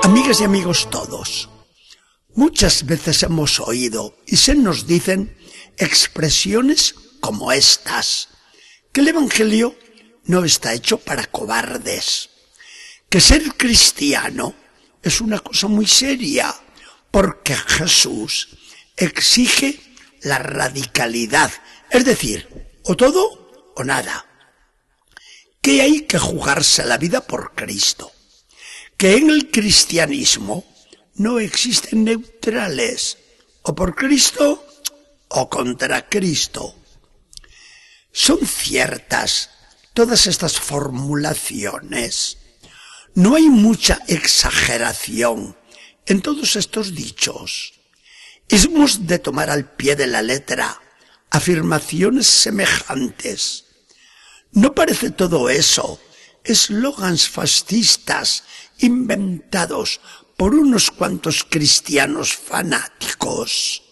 Amigas y amigos todos, muchas veces hemos oído y se nos dicen expresiones como estas, que el Evangelio no está hecho para cobardes, que ser cristiano es una cosa muy seria, porque Jesús exige la radicalidad, es decir, o todo o nada, que hay que jugarse la vida por Cristo, que en el cristianismo no existen neutrales, o por Cristo o contra Cristo. Son ciertas todas estas formulaciones. No hay mucha exageración en todos estos dichos. Hemos de tomar al pie de la letra afirmaciones semejantes. ¿No parece todo eso eslogans fascistas inventados por unos cuantos cristianos fanáticos?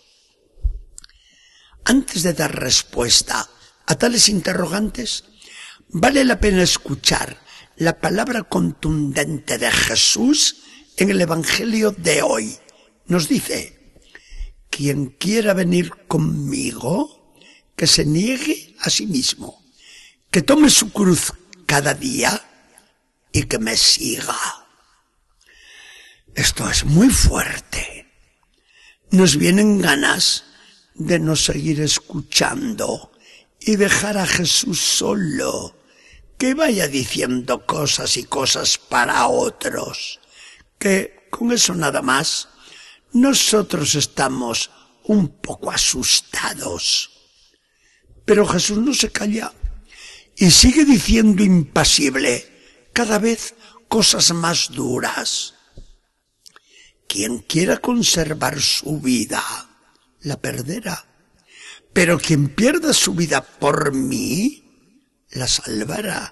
Antes de dar respuesta a tales interrogantes, vale la pena escuchar la palabra contundente de Jesús en el Evangelio de hoy. Nos dice: quien quiera venir conmigo, que se niegue a sí mismo, que tome su cruz cada día y que me siga. Esto es muy fuerte. Nos vienen ganas de no seguir escuchando y dejar a Jesús solo, que vaya diciendo cosas y cosas para otros, que con eso nada más nosotros estamos un poco asustados. Pero Jesús no se calla y sigue diciendo impasible cada vez cosas más duras. Quien quiera conservar su vida, la perderá. Pero quien pierda su vida por mí, la salvará.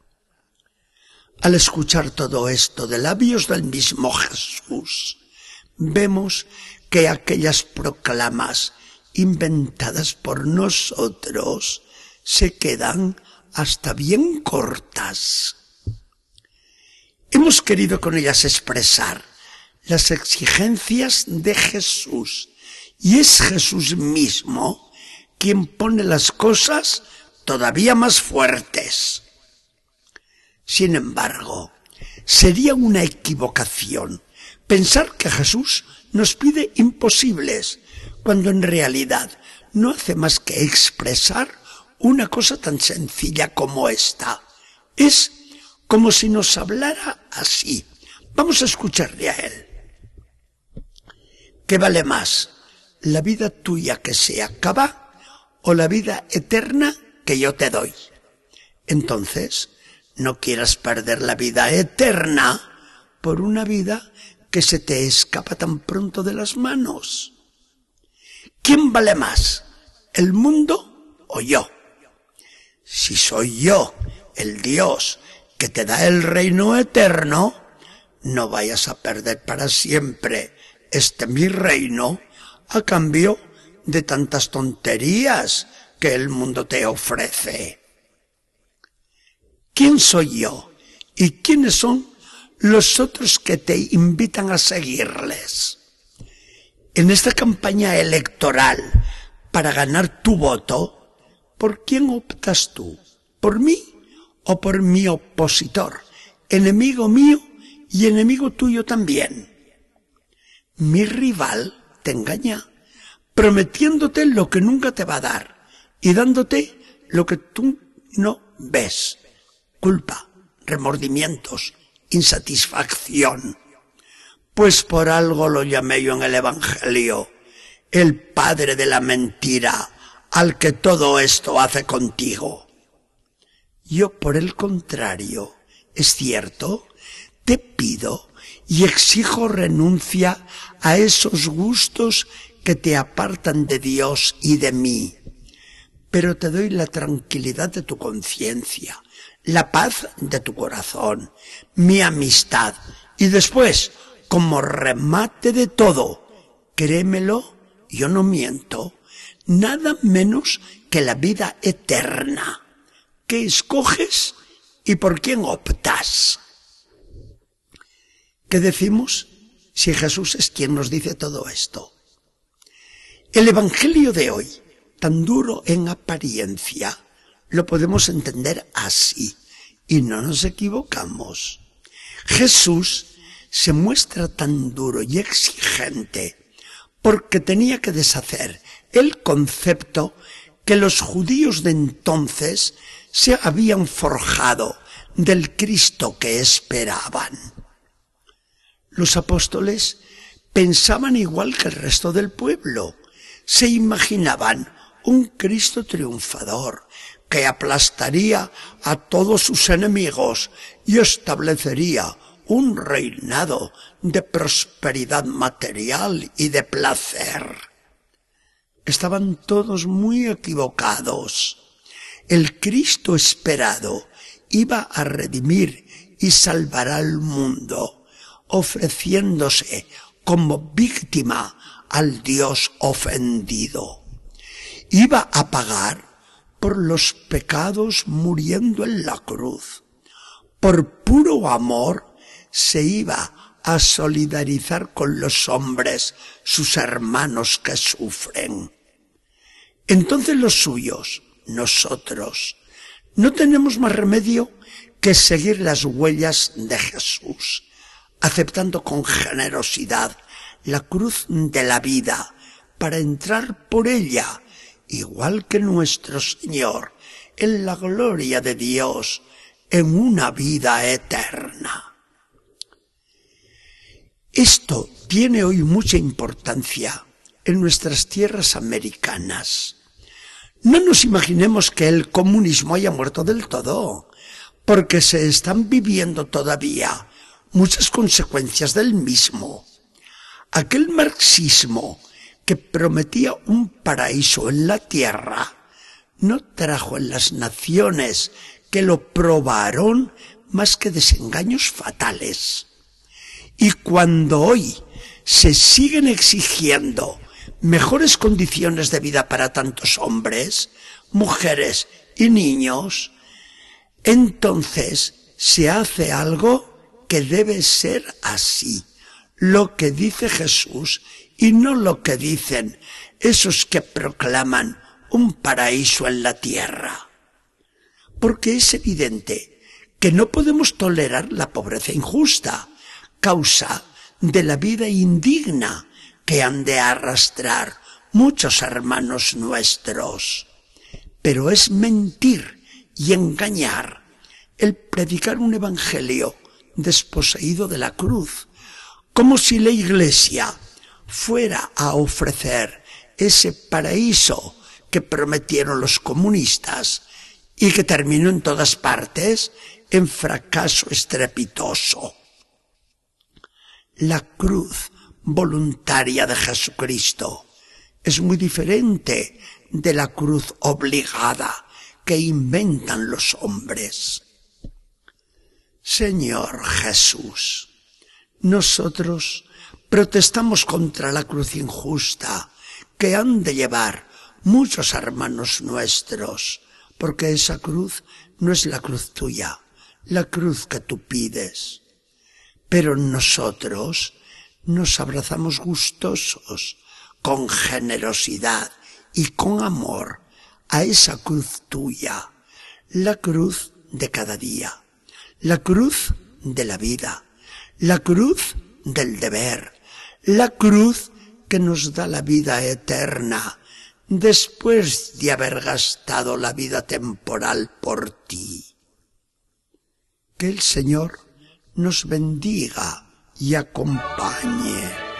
Al escuchar todo esto de labios del mismo Jesús, vemos que aquellas proclamas inventadas por nosotros se quedan hasta bien cortas. Hemos querido con ellas expresar las exigencias de Jesús, y es Jesús mismo quien pone las cosas todavía más fuertes. Sin embargo, sería una equivocación pensar que Jesús nos pide imposibles, cuando en realidad no hace más que expresar una cosa tan sencilla como esta. Es como si nos hablara así. Vamos a escucharle a él. ¿Qué vale más, la vida tuya que se acaba o la vida eterna que yo te doy? Entonces, no quieras perder la vida eterna por una vida que se te escapa tan pronto de las manos. ¿Quién vale más, el mundo o yo? Si soy yo el Dios que te da el reino eterno, no vayas a perder para siempre mi reino a cambio de tantas tonterías que el mundo te ofrece. ¿Quién soy yo? ¿Y quiénes son los otros que te invitan a seguirles? En esta campaña electoral para ganar tu voto, ¿por quién optas tú? ¿Por mí o por mi opositor, enemigo mío y enemigo tuyo también? Mi rival te engaña, prometiéndote lo que nunca te va a dar y dándote lo que tú no ves. Culpa, remordimientos, insatisfacción. Pues por algo lo llamé yo en el Evangelio, el padre de la mentira, al que todo esto hace contigo. Yo, por el contrario, es cierto, te pido y exijo renuncia a esos gustos que te apartan de Dios y de mí. Pero te doy la tranquilidad de tu conciencia, la paz de tu corazón, mi amistad, y después, como remate de todo, créemelo, yo no miento, nada menos que la vida eterna. ¿Qué escoges y por quién optas? ¿Qué decimos si Jesús es quien nos dice todo esto? El Evangelio de hoy, tan duro en apariencia, lo podemos entender así, y no nos equivocamos. Jesús se muestra tan duro y exigente porque tenía que deshacer el concepto que los judíos de entonces se habían forjado del Cristo que esperaban. Los apóstoles pensaban igual que el resto del pueblo. Se imaginaban un Cristo triunfador que aplastaría a todos sus enemigos y establecería un reinado de prosperidad material y de placer. Estaban todos muy equivocados. El Cristo esperado iba a redimir y salvar al mundo, ofreciéndose como víctima al Dios ofendido. Iba a pagar por los pecados muriendo en la cruz. Por puro amor se iba a solidarizar con los hombres, sus hermanos que sufren. Entonces los suyos, nosotros, no tenemos más remedio que seguir las huellas de Jesús, aceptando con generosidad la cruz de la vida para entrar por ella, igual que nuestro Señor, en la gloria de Dios, en una vida eterna. Esto tiene hoy mucha importancia en nuestras tierras americanas. No nos imaginemos que el comunismo haya muerto del todo, porque se están viviendo todavía muchas consecuencias del mismo. Aquel marxismo que prometía un paraíso en la tierra no trajo en las naciones que lo probaron más que desengaños fatales. Y cuando hoy se siguen exigiendo mejores condiciones de vida para tantos hombres, mujeres y niños, entonces se hace algo que debe ser así, lo que dice Jesús y no lo que dicen esos que proclaman un paraíso en la tierra. Porque es evidente que no podemos tolerar la pobreza injusta, causa de la vida indigna que han de arrastrar muchos hermanos nuestros. Pero es mentir y engañar el predicar un evangelio desposeído de la cruz, como si la Iglesia fuera a ofrecer ese paraíso que prometieron los comunistas y que terminó en todas partes en fracaso estrepitoso. La cruz voluntaria de Jesucristo es muy diferente de la cruz obligada que inventan los hombres. Señor Jesús, nosotros protestamos contra la cruz injusta que han de llevar muchos hermanos nuestros, porque esa cruz no es la cruz tuya, la cruz que tú pides. Pero nosotros nos abrazamos gustosos, con generosidad y con amor a esa cruz tuya, la cruz de cada día, la cruz de la vida, la cruz del deber, la cruz que nos da la vida eterna después de haber gastado la vida temporal por ti. Que el Señor nos bendiga y acompañe.